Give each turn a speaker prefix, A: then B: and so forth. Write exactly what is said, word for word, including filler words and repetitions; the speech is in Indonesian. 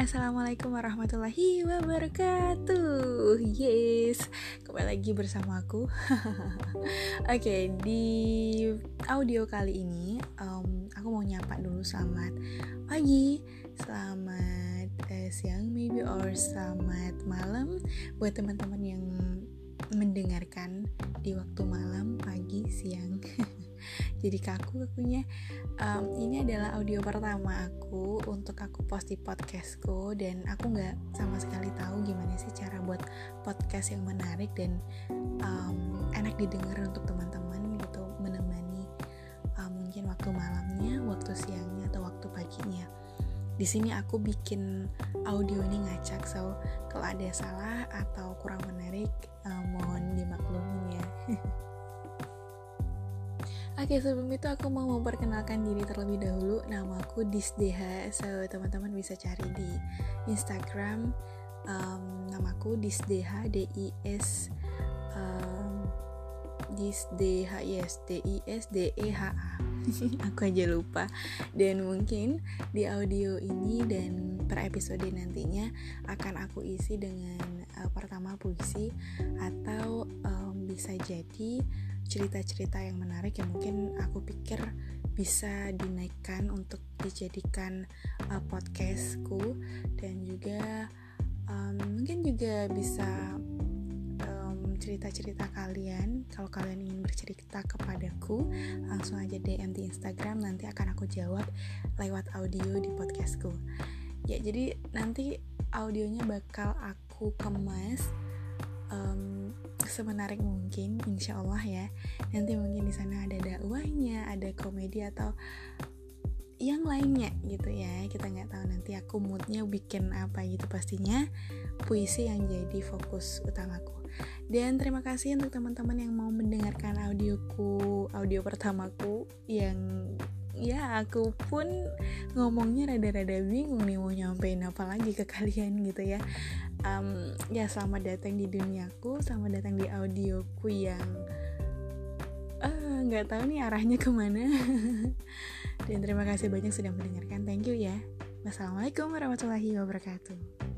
A: Assalamualaikum warahmatullahi wabarakatuh. Yes, kembali lagi bersama aku. Oke, okay, di audio kali ini um, aku mau nyapa dulu. Selamat pagi, selamat uh, siang maybe, or selamat malam buat teman-teman yang mendengarkan di waktu malam, pagi, siang. Jadi kaku akunya. um, Ini adalah audio pertama aku untuk aku post di podcastku, dan aku gak sama sekali tahu gimana sih cara buat podcast yang menarik dan um, enak didengar untuk teman-teman gitu, menemani um, mungkin waktu malamnya, waktu siangnya, atau waktu paginya. Di sini aku bikin audio ini ngacak, so kalau ada salah atau kurang menarik, um, mohon dimaklumin ya. Oke, sebelum itu aku mau memperkenalkan diri terlebih dahulu. Nama aku Disdeha, so teman-teman bisa cari di Instagram. Um, namaku Disdeha, D I S um, Disdeha, yes, D I S D E H A. Aku aja lupa. Dan mungkin di audio ini dan per episode nantinya akan aku isi dengan uh, pertama puisi, atau um, bisa jadi cerita-cerita yang menarik yang mungkin aku pikir bisa dinaikkan untuk dijadikan uh, podcastku, dan juga um, mungkin juga bisa um, cerita-cerita kalian. Kalau kalian ingin bercerita kepadaku, langsung aja D M di Instagram, nanti akan aku jawab lewat audio di podcastku. Ya, jadi nanti audionya bakal aku kemas um, semenarik mungkin, insya Allah ya. Nanti mungkin di sana ada dakwahnya, ada komedi atau yang lainnya gitu ya. Kita nggak tahu nanti aku moodnya bikin apa gitu. Pastinya puisi yang jadi fokus utamaku. Dan terima kasih untuk teman-teman yang mau mendengarkan audioku, audio pertamaku yang ya aku pun ngomongnya rada-rada bingung nih mau nyampein apa lagi ke kalian gitu ya. Um, ya selamat datang di duniaku, selamat datang di audioku yang nggak uh, tahu nih arahnya kemana. Dan terima kasih banyak sudah mendengarkan. Thank you ya. Wassalamualaikum warahmatullahi wabarakatuh.